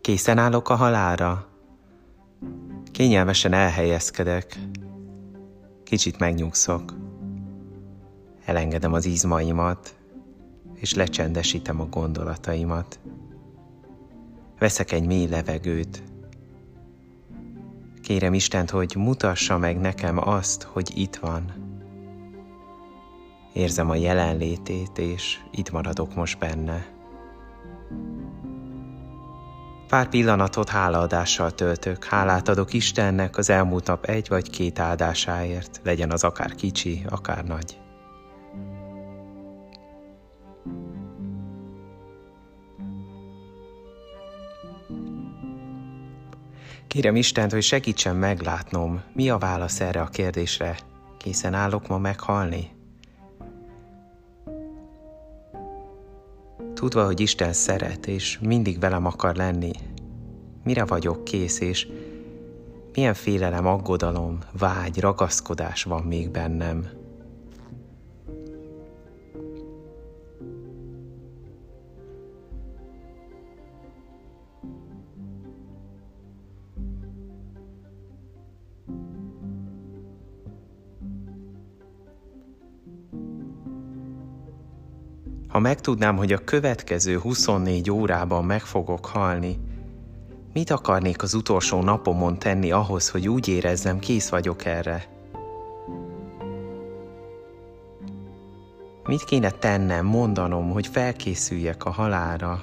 Készen állok a halálra. Kényelmesen elhelyezkedek. Kicsit megnyugszok. Elengedem az izmaimat, és lecsendesítem a gondolataimat. Veszek egy mély levegőt. Kérem Istent, hogy mutassa meg nekem azt, hogy itt van. Érzem a jelenlétét, és itt maradok most benne. Pár pillanatot hálaadással töltök. Hálát adok Istennek az elmúlt nap 1 vagy 2 áldásáért, legyen az akár kicsi, akár nagy. Kérem Istent, hogy segítsen meglátnom, mi a válasz erre a kérdésre. Készen állok ma meghalni? Tudva, hogy Isten szeret, és mindig velem akar lenni, mire vagyok kész, és milyen félelem, aggodalom, vágy, ragaszkodás van még bennem. Ha megtudnám, hogy a következő 24 órában meg fogok halni, mit akarnék az utolsó napomon tenni ahhoz, hogy úgy érezzem, kész vagyok erre? Mit kéne tennem, mondanom, hogy felkészüljek a halálra?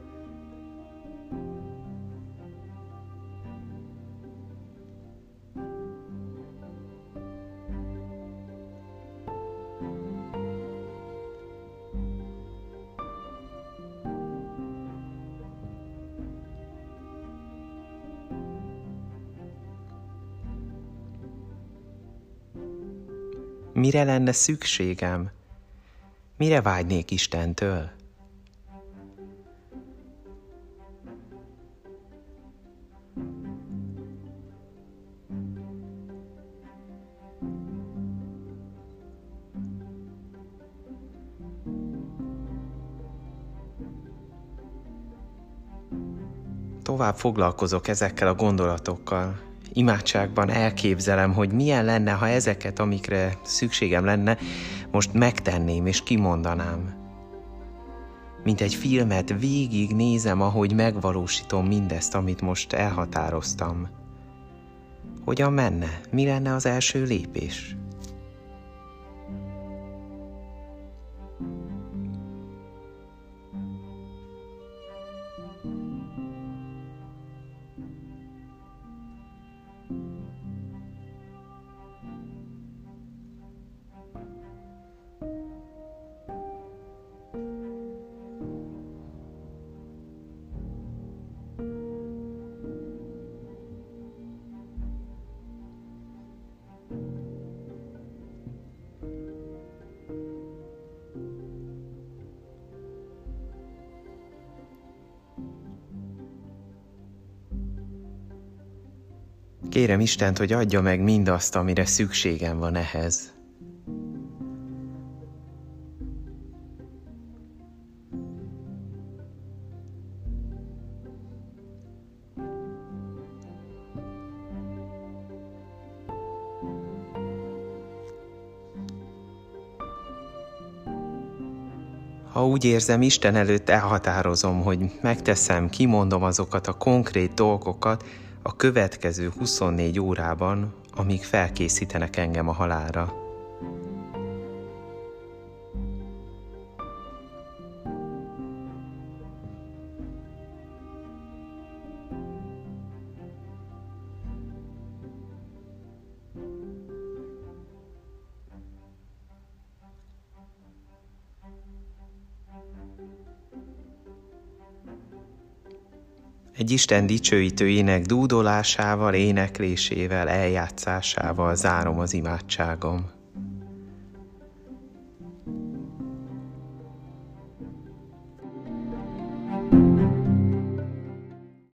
Mire lenne szükségem? Mire vágynék Istentől? Tovább foglalkozok ezekkel a gondolatokkal. Imádságban elképzelem, hogy milyen lenne, ha ezeket, amikre szükségem lenne, most megtenném és kimondanám. Mint egy filmet végig nézem, ahogy megvalósítom mindezt, amit most elhatároztam. Hogyan menne? Mi lenne az első lépés? Kérem Istent, hogy adja meg mindazt, amire szükségem van ehhez. Ha úgy érzem, Isten előtt elhatározom, hogy megteszem, kimondom azokat a konkrét dolgokat a következő 24 órában, amíg felkészítenek engem a halálra. Egy Isten dicsőítő ének dúdolásával, éneklésével, eljátszásával zárom az imádságom.